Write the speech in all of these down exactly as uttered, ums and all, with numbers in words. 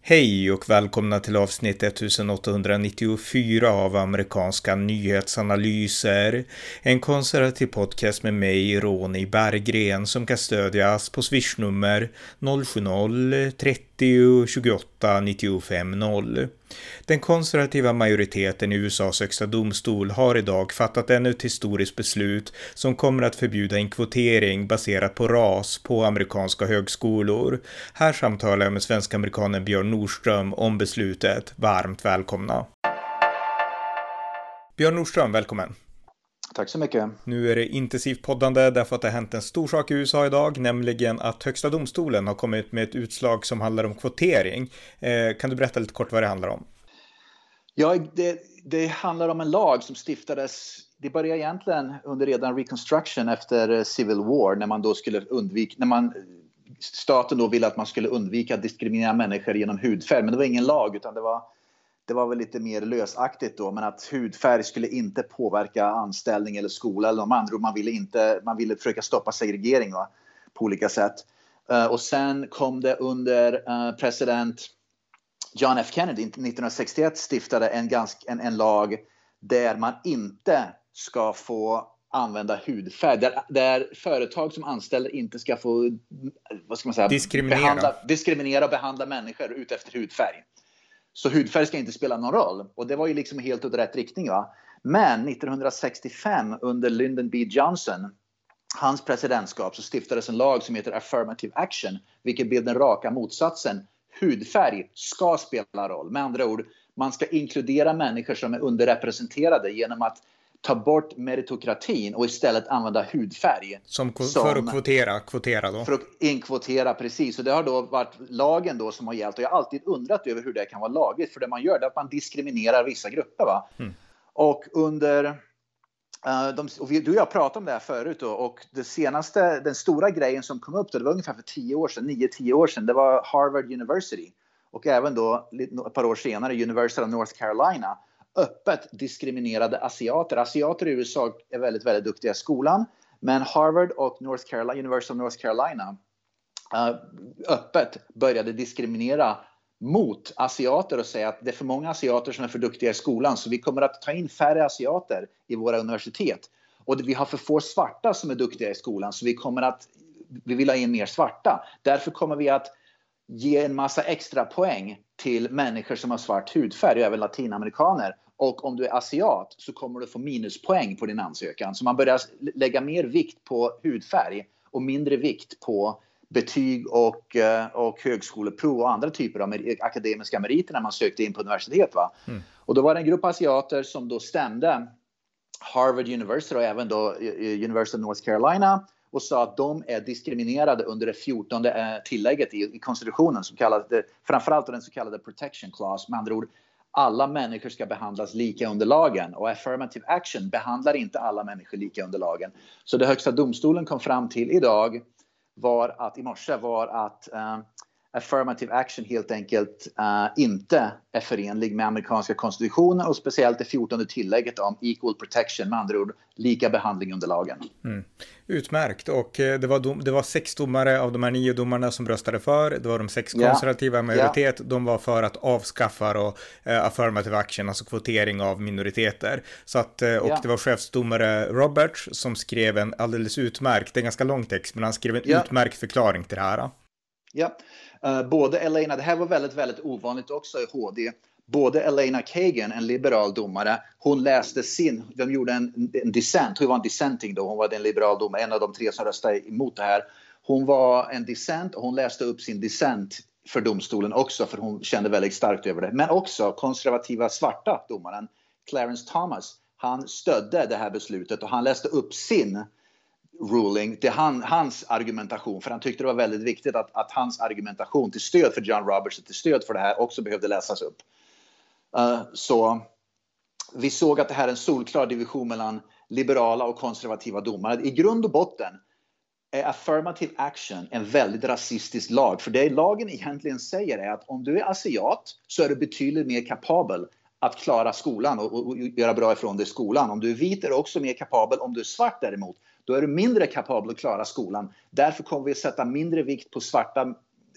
Hej och välkomna till avsnitt ettusενåttahundranittiofyra av amerikanska nyhetsanalyser. En konservativ podcast med mig, Ronny Berggren, som kan stödjas på swishnummer noll sju noll trettio tjugoåtta nittiofem noll. Den konservativa majoriteten i U S A:s högsta domstol har idag fattat ännu ett historiskt beslut som kommer att förbjuda en kvotering baserat på ras på amerikanska högskolor. Här samtalar jag med svensk-amerikanen Björn Nordström om beslutet. Varmt välkomna. Björn Nordström, välkommen. Tack så mycket. Nu är det intensivt poddande därför att det har hänt en stor sak i U S A idag, nämligen att högsta domstolen har kommit med ett utslag som handlar om kvotering. Eh, kan du berätta lite kort vad det handlar om? Ja, det, det handlar om en lag som stiftades, det började egentligen under redan Reconstruction efter Civil War, när man då skulle undvika, när man, staten då ville att man skulle undvika att diskriminera människor genom hudfärg, men det var ingen lag utan det var Det var väl lite mer lösaktigt då, men att hudfärg skulle inte påverka anställning eller skola eller de andra. Man ville inte, man ville försöka stoppa segregering, va, på olika sätt. Uh, och sen kom det under uh, president John F. Kennedy nittonhundrasextioett stiftade en, ganska, en, en lag där man inte ska få använda hudfärg. Där, där företag som anställer inte ska få, vad ska man säga, diskriminera. Behandla, diskriminera och behandla människor ut efter hudfärg. Så hudfärg ska inte spela någon roll. Och det var ju liksom helt åt rätt riktning, va. Men nittonhundrasextiofem under Lyndon B. Johnson, hans presidentskap, så stiftades en lag som heter Affirmative Action, vilket blev den raka motsatsen. Hudfärg ska spela roll. Med andra ord, man ska inkludera människor som är underrepresenterade genom att ta bort meritokratin och istället använda hudfärg. Som, som för att kvotera, kvotera då? För att inkvotera, precis. Och det har då varit lagen då som har gällt. Och jag har alltid undrat över hur det kan vara lagligt. För det man gör är att man diskriminerar vissa grupper, va? Mm. Och under... Uh, de, och vi, du och jag pratade om det här förut då, och det senaste, den stora grejen som kom upp då, det var ungefär för tio år sedan, nio tio år sedan, det var Harvard University. Och även då ett par år senare University of North Carolina öppet diskriminerade asiater. Asiater i U S A är väldigt, väldigt duktiga i skolan. Men Harvard och North Carolina, University of North Carolina uh, öppet började diskriminera mot asiater och säga att det är för många asiater som är för duktiga i skolan. Så vi kommer att ta in färre asiater i våra universitet. Och vi har för få svarta som är duktiga i skolan. Så vi kommer att, vi vill ha in mer svarta. Därför kommer vi att ge en massa extra poäng till människor som har svart hudfärg och även latinamerikaner. Och om du är asiat så kommer du få minuspoäng på din ansökan. Så man börjar lägga mer vikt på hudfärg och mindre vikt på betyg och, och högskoleprov och andra typer av akademiska meriter när man sökte in på universitet, va? Mm. Och då var det en grupp asiater som då stämde Harvard University och även då University of North Carolina och sa att de är diskriminerade under det fjortonde tillägget i, i konstitutionen som kallas det, framförallt den så kallade protection clause. Med andra ord, alla människor ska behandlas lika under lagen, och affirmative action behandlar inte alla människor lika under lagen. Så det högsta domstolen kom fram till idag var att i morse var att uh, affirmative action helt enkelt uh, inte är förenlig med amerikanska konstitutionen och speciellt det fjortonde tillägget om equal protection, med andra ord lika behandling under lagen. Mm. Utmärkt, och det var, dom, det var sex domare av de här nio domarna som röstade för. Det var de sex konservativa yeah. majoritet. Yeah. De var för att avskaffa då, uh, affirmative action, alltså kvotering av minoriteter. Så att, uh, och yeah. det var chefsdomare Roberts som skrev en alldeles utmärkt, det är en ganska lång text, men han skrev en yeah. utmärkt förklaring till det här. Ja, uh, både Elena, det här var väldigt, väldigt ovanligt också i H D. Både Elena Kagan, en liberal domare, hon läste sin, de gjorde en, en dissent, hon var en dissenting då, hon var den liberal domare, en av de tre som röstade emot det här. Hon var en dissent och hon läste upp sin dissent för domstolen också, för hon kände väldigt starkt över det. Men också konservativa svarta domaren, Clarence Thomas, han stödde det här beslutet och han läste upp sin ruling till han, hans argumentation, för han tyckte det var väldigt viktigt att, att hans argumentation till stöd för John Roberts och till stöd för det här också behövde läsas upp. Uh, så vi såg att det här är en solklar division mellan liberala och konservativa domare. I grund och botten är affirmative action en väldigt rasistisk lag, för det lagen egentligen säger är att om du är asiat så är du betydligt mer kapabel att klara skolan och, och, och göra bra ifrån dig i skolan. Om du är vit är du också mer kapabel. Om du är svart däremot, då är du mindre kapabel att klara skolan. Därför kommer vi att sätta mindre vikt på svarta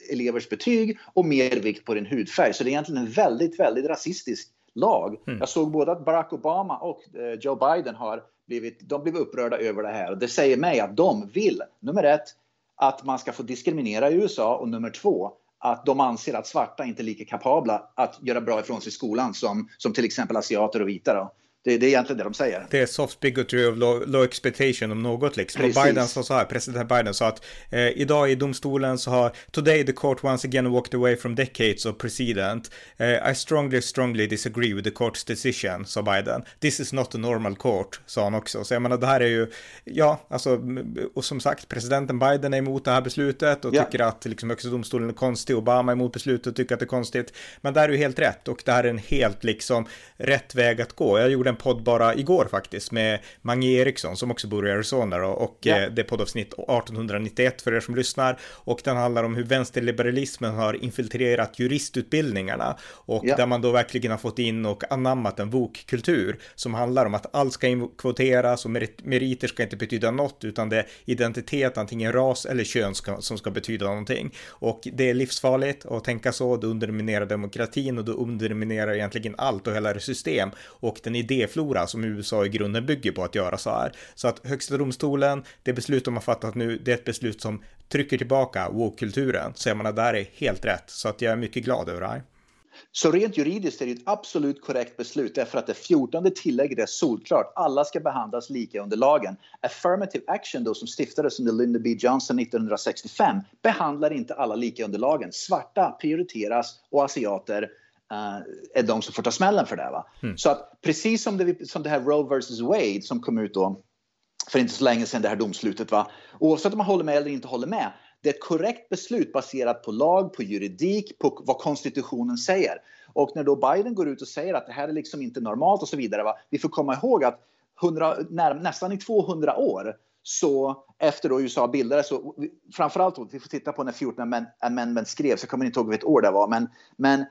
elevers betyg och mer vikt på din hudfärg. Så det är egentligen en väldigt, väldigt rasistisk lag. Mm. Jag såg både att Barack Obama och Joe Biden har blivit, de blev upprörda över det här. Och det säger mig att de vill, nummer ett, att man ska få diskriminera i U S A, och nummer två, att de anser att svarta inte är lika kapabla att göra bra ifrån sig i skolan som, som till exempel asiater och vita då. Det, det är egentligen det de säger. Det är soft bigotry of low, low expectation om något liksom. Och Biden sa så här, president Biden sa att eh, idag i domstolen så har today the court once again walked away from decades of precedent. Eh, I strongly, strongly disagree with the court's decision, sa Biden. This is not a normal court, sa han också. Så jag menar, det här är ju, ja, alltså, och som sagt, presidenten Biden är emot det här beslutet och yeah. tycker att liksom, högsta domstolen är konstig. Obama är emot beslutet och tycker att det är konstigt. Men det här är ju helt rätt, och det här är en helt liksom rätt väg att gå. Jag gjorde en podd bara igår faktiskt med Mange Eriksson som också bor i Arizona då, och ja. eh, det är poddavsnitt arton nittioett för er som lyssnar, och den handlar om hur vänsterliberalismen har infiltrerat juristutbildningarna, och ja. där man då verkligen har fått in och anammat en vokkultur som handlar om att allt ska kvoteras och merit- meriter ska inte betyda något, utan det är identitet, antingen ras eller kön ska, som ska betyda någonting, och det är livsfarligt att tänka så. Det underminerar demokratin och det underminerar egentligen allt och hela det system och den idéflora som U S A i grunden bygger på att göra så här. Så att högsta domstolen, det beslut de har fattat nu, det är ett beslut som trycker tillbaka woke-kulturen. Så jag menar, det här är helt rätt. Så att jag är mycket glad över det här. Så rent juridiskt är det ett absolut korrekt beslut, därför att det fjortonde tillägget är solklart. Alla ska behandlas lika under lagen. Affirmative action då, som stiftades under Lyndon B. Johnson nittonhundrasextiofem, behandlar inte alla lika under lagen. Svarta prioriteras och asiater Uh, är de som får ta smällen för det. Va? Mm. Så att precis som det, som det här Roe versus Wade som kom ut då för inte så länge sedan, det här domslutet, va? Oavsett om man håller med eller inte håller med, det är ett korrekt beslut baserat på lag, på juridik, på vad konstitutionen säger. Och när då Biden går ut och säger att det här är liksom inte normalt och så vidare, va? Vi får komma ihåg att hundra, när, nästan i tvåhundra år så efter då U S A bildades, så framförallt då, vi får titta på när fjortonde amendment skrevs, jag kommer inte ihåg vilket år det var, men, men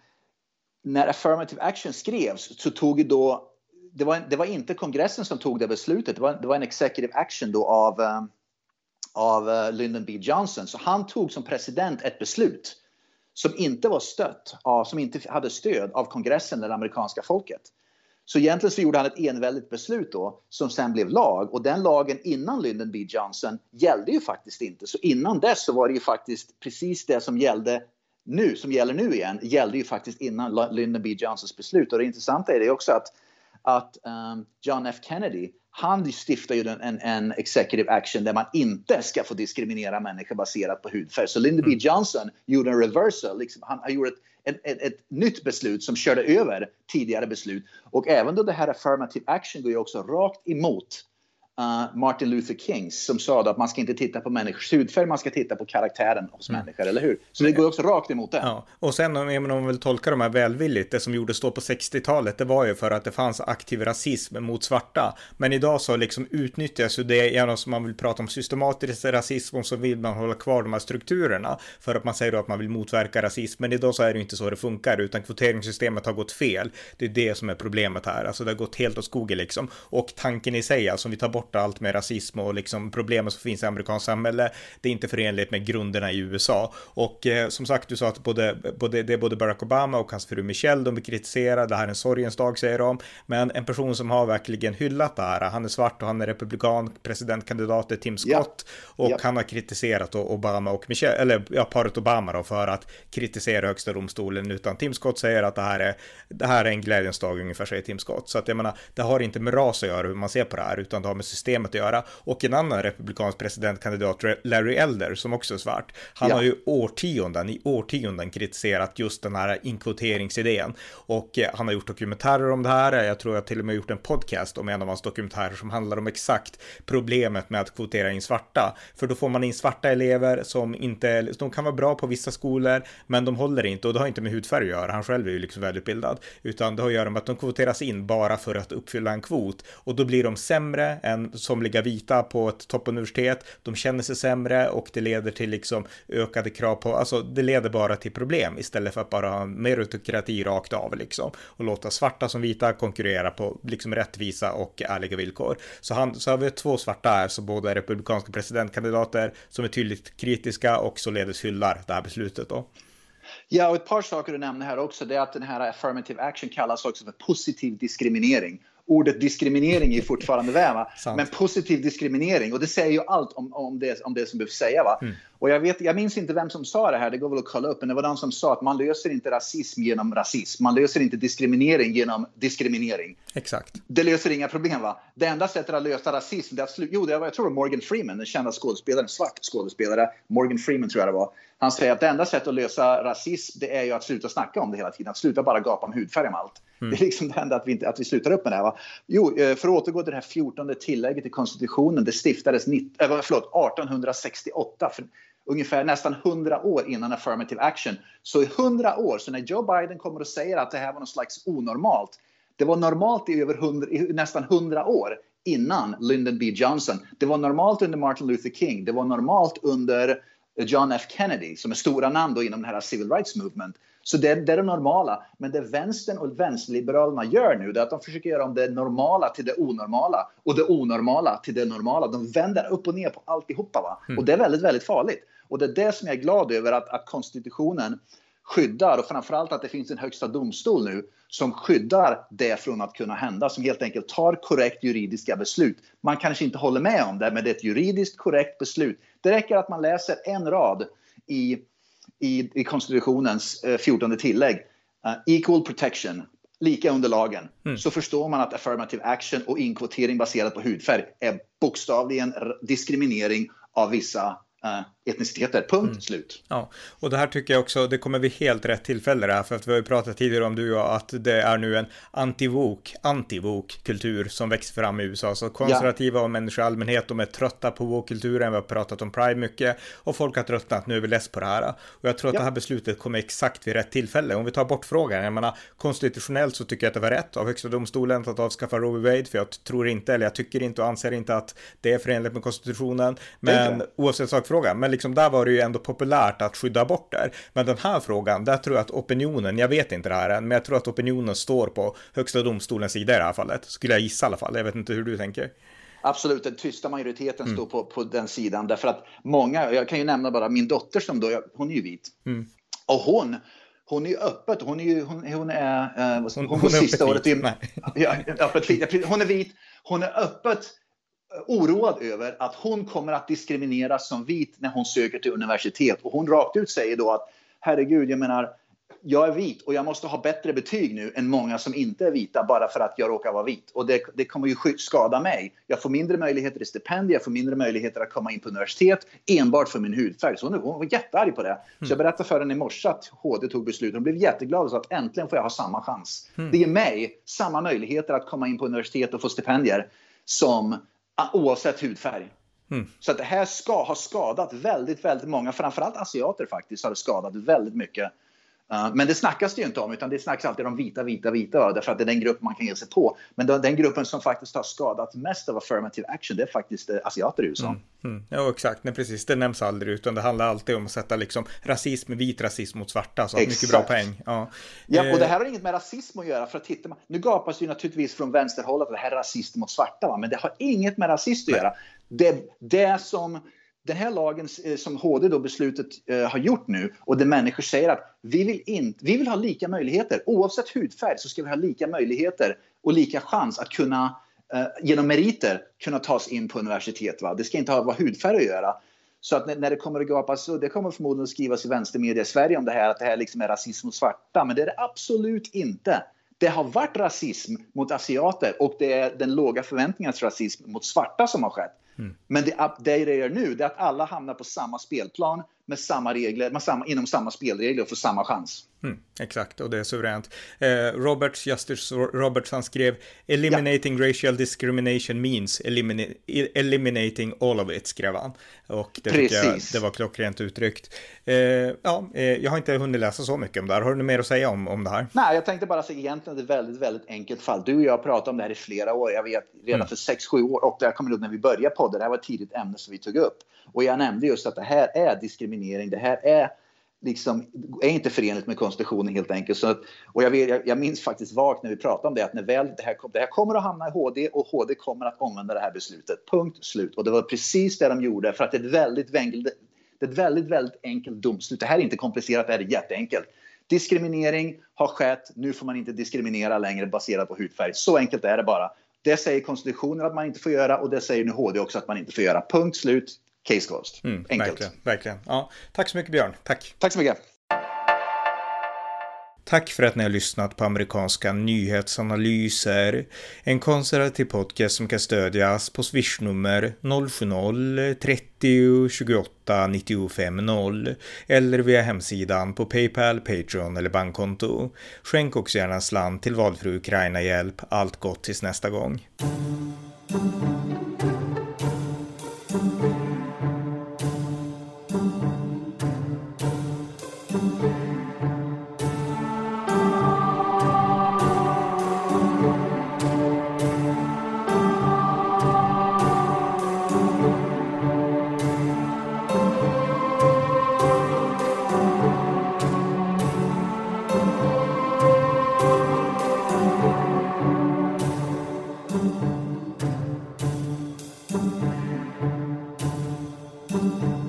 när affirmative action skrevs så tog då, det var, det var inte kongressen som tog det beslutet, det var, det var en executive action då av, uh, av uh, Lyndon B. Johnson. Så han tog som president ett beslut som inte var stött, av, som inte hade stöd av kongressen eller amerikanska folket. Så egentligen så gjorde han ett enväldigt beslut då som sen blev lag, och den lagen innan Lyndon B. Johnson gällde ju faktiskt inte. Så innan dess så var det ju faktiskt precis det som gällde nu, som gäller nu igen, gällde ju faktiskt innan Lyndon B. Johnsons beslut. Och det intressanta är det också att, att um, John F. Kennedy, han stiftade ju en, en executive action där man inte ska få diskriminera människor baserat på hudfärg. Så Lyndon mm. B. Johnson gjorde en reversal, liksom, han, han gjorde ett, ett, ett, ett nytt beslut som körde över tidigare beslut. Och även då det här affirmative action går ju också rakt emot Uh, Martin Luther King, som sa att man ska inte titta på människors hudfärg, man ska titta på karaktären hos mm. människor, eller hur? Så det går också rakt emot det. Ja. Och sen om man vill tolka de här välvilligt, det som gjordes då på sextiotalet, det var ju för att det fanns aktiv rasism mot svarta. Men idag så liksom utnyttjas ju det genom som man vill prata om systematisk rasism, och så vill man hålla kvar de här strukturerna för att man säger då att man vill motverka rasism. Men idag så är det inte så det funkar, utan kvoteringssystemet har gått fel. Det är det som är problemet här. Alltså det har gått helt åt skogen liksom. Och tanken i sig, alltså om vi tar bort allt med rasism och liksom problemen som finns i amerikansk samhälle, det är inte förenligt med grunderna i U S A. Och eh, som sagt, du sa att både, både, det är både Barack Obama och hans fru Michelle, de vill kritisera, det här är en sorgens dag säger de, men en person som har verkligen hyllat det här, han är svart och han är republikan, presidentkandidat Tim Scott, ja. och ja. han har kritiserat Obama och Michelle, eller ja, paret Obama då, för att kritisera högsta domstolen, utan Tim Scott säger att det här är, det här är en glädjens dag ungefär, säger Tim Scott. Så att jag menar, det har inte med ras att göra hur man ser på det här, utan det har med systemet att göra. Och en annan republikansk presidentkandidat, Larry Elder, som också är svart, han ja. har ju årtionden i årtionden kritiserat just den här inkvoteringsidén, och eh, han har gjort dokumentärer om det här. Jag tror jag till och med gjort en podcast om en av hans dokumentärer som handlar om exakt problemet med att kvotera in svarta, för då får man in svarta elever som inte, de kan vara bra på vissa skolor, men de håller inte, och det har inte med hudfärg att göra, han själv är ju liksom välutbildad, utan det har att göra med att de kvoteras in bara för att uppfylla en kvot, och då blir de sämre än men somliga vita på ett toppuniversitet, de känner sig sämre och det leder till liksom ökade krav på, alltså det leder bara till problem istället för att bara ha meritokrati rakt av liksom och låta svarta som vita konkurrera på liksom rättvisa och ärliga villkor. Så, han, så har vi två svarta här, så båda är republikanska presidentkandidater som är tydligt kritiska och således hyllar det här beslutet då. Ja, och ett par saker du nämner här också, det är att den här affirmative action kallas också för positiv diskriminering. Ordet diskriminering är fortfarande väva, men positiv diskriminering, och det säger ju allt om, om, det, om det som behöver säga va. Mm. Och jag, vet, jag minns inte vem som sa det här, det går väl att kolla upp, men det var någon som sa att man löser inte rasism genom rasism, man löser inte diskriminering genom diskriminering. Exakt. Det löser inga problem va. Det enda sättet att lösa rasism, det är att slu- jo, det var, jag tror det var Morgan Freeman, den kända skådespelaren, svart skådespelare, Morgan Freeman tror jag det var. Han säger att det enda sättet att lösa rasism, det är ju att sluta snacka om det hela tiden, att sluta bara gapa om hudfärg om allt. Mm. Det är liksom det enda att vi, inte, att vi slutar upp med det här va. Jo, för att återgå till det här fjortonde tillägget i konstitutionen, det stiftades nittio, äh, förlåt, arton sextioåtta, för ungefär nästan hundra år innan affirmative action. Så i hundra år, så när Joe Biden kommer och säger att det här var något slags onormalt, det var normalt i, över hundra, i nästan hundra år innan Lyndon B. Johnson. Det var normalt under Martin Luther King, det var normalt under John F. Kennedy, som är stora namn då inom det här civil rights movement. Så det, det är det normala. Men det vänstern och vänsterliberalerna gör nu, det är att de försöker göra om det normala till det onormala. Och det onormala till det normala. De vänder upp och ner på alltihopa va. Mm. Och det är väldigt, väldigt farligt. Och det är det som jag är glad över, att, att konstitutionen skyddar, och framförallt att det finns en högsta domstol nu som skyddar det från att kunna hända, som helt enkelt tar korrekt juridiska beslut. Man kanske inte håller med om det, men det är ett juridiskt korrekt beslut. Det räcker att man läser en rad i, i, i konstitutionens eh, fjortonde tillägg, uh, equal protection, lika under lagen, mm. så förstår man att affirmative action och inkvotering baserat på hudfärg är bokstavligen diskriminering av vissa Uh, etniciteter, punkt, mm. slut. Ja, och det här tycker jag också, det kommer vi helt rätt tillfälle där, för att vi har ju pratat tidigare om du och jag, att det är nu en anti-woke, anti-woke-kultur som växer fram i U S A. Så konservativa ja. och människor i allmänhet, de är trötta på woke-kulturen, vi har pratat om Pride mycket, och folk har tröttnat, nu är vi less på det här. Och jag tror att ja. det här beslutet kommer exakt vid rätt tillfälle. Om vi tar bort frågan, jag menar, konstitutionellt så tycker jag att det var rätt av högsta domstolen att avskaffa Roe v. Wade, för jag tror inte, eller jag tycker inte och anser inte att det är förenligt med konstitutionen, men oavsett sakfrågan, men liksom där var det ju ändå populärt att skydda aborter. Men den här frågan, där tror jag att opinionen, jag vet inte det här än, men jag tror att opinionen står på högsta domstolens sida i det här fallet. Skulle jag gissa i alla fall. Jag vet inte hur du tänker. Absolut, den tysta majoriteten mm. står på, på den sidan. Därför att många, jag kan ju nämna bara min dotter som då, hon är ju vit. Mm. Och hon, hon är ju öppet, hon är ju, hon, hon är, eh, hon, hon, hon går sista året i, ja, öppet vit. Hon är vit, hon är öppet oroad över att hon kommer att diskrimineras som vit när hon söker till universitet. Och hon rakt ut säger då att herregud, jag menar, jag är vit och jag måste ha bättre betyg nu än många som inte är vita bara för att jag råkar vara vit. Och det, det kommer ju skada mig. Jag får mindre möjligheter i stipendier, jag får mindre möjligheter att komma in på universitet enbart för min hudfärg. Så hon, hon var jättearg på det. Mm. Så jag berättade för henne i morse att H D tog beslut. Hon blev jätteglad och sa att äntligen får jag ha samma chans. Mm. Det ger mig samma möjligheter att komma in på universitet och få stipendier som oavsett hudfärg. Mm. Så att det här ska ha skadat väldigt, väldigt många, framförallt asiater faktiskt har det skadat väldigt mycket. Uh, men det snackas det ju inte om, utan det snackas alltid om vita, vita, vita, därför att det är den gruppen man kan ge sig på. Men den, den gruppen som faktiskt har skadat mest av affirmative action, det är faktiskt uh, asiater i U S A. Mm. Mm. Ja, exakt. Nej, precis. Det nämns aldrig, utan det handlar alltid om att sätta liksom rasism, vit rasism mot svarta. Så mycket bra poäng. Ja. Ja, och det här har inget med rasism att göra, för att titta man, nu gapas ju naturligtvis från vänsterhållet att det här är rasism mot svarta, va? Men det har inget med rasism att göra. Det, det som den här lagen som H D då beslutet eh, har gjort nu, och det människor säger att vi vill, inte, vi vill ha lika möjligheter. Oavsett hudfärg så ska vi ha lika möjligheter och lika chans att kunna eh, genom meriter kunna tas in på universitet. Va? Det ska inte ha vad hudfärg att göra. Så att när, när det kommer att gapas, så det kommer förmodligen att skrivas i vänstermedia i Sverige om det här, att det här liksom är rasism mot svarta. Men det är det absolut inte. Det har varit rasism mot asiater och det är den låga förväntningens rasism mot svarta som har skett. Mm. Men det, det det är nu, det är att alla hamnar på samma spelplan med samma regler, med samma, inom samma spelregler och får samma chans. Mm, exakt, och det är suveränt. Eh, Roberts, Justice Roberts, han skrev Eliminating ja. racial discrimination means elimina- eliminating all of it, skrev han. Och det tycker jag, det var klockrent uttryckt. Eh, ja, eh, jag har inte hunnit läsa så mycket om det här. Har du något mer att säga om, om det här? Nej, jag tänkte bara säga egentligen det är ett väldigt, väldigt enkelt fall. Du och jag har pratat om det här i flera år. Jag vet redan mm. för sex sju år. Och det här kommer upp när vi började podda. Det här var ett tidigt ämne som vi tog upp. Och jag nämnde just att det här är diskriminering. Det här är liksom är inte förenligt med konstitutionen helt enkelt. Så att, och jag, vet, jag, jag minns faktiskt vagt när vi pratade om det, att när väl det här, det här kommer att hamna i H D och H D kommer att omvända det här beslutet. Punkt slut. Och det var precis det de gjorde, för att det är ett väldigt, väldigt, det är ett väldigt, väldigt enkelt domslut. Det här är inte komplicerat, det här är jätteenkelt. Diskriminering har skett, nu får man inte diskriminera längre baserat på hudfärg. Så enkelt är det bara. Det säger konstitutionen att man inte får göra, och det säger nu H D också att man inte får göra. Punkt slut. Case closed. Mm, enkelt. Verkligen, verkligen. Ja, tack så mycket, Björn. Tack. Tack så mycket. Tack för att ni har lyssnat på amerikanska nyhetsanalyser. En konservativ podcast som kan stödjas på swishnummer noll sju noll trettio tjugoåtta nittiofem noll eller via hemsidan på PayPal, Patreon eller bankkonto. Skänk också gärna slant till valfri Ukraina-hjälp. Allt gott tills nästa gång. Thank you.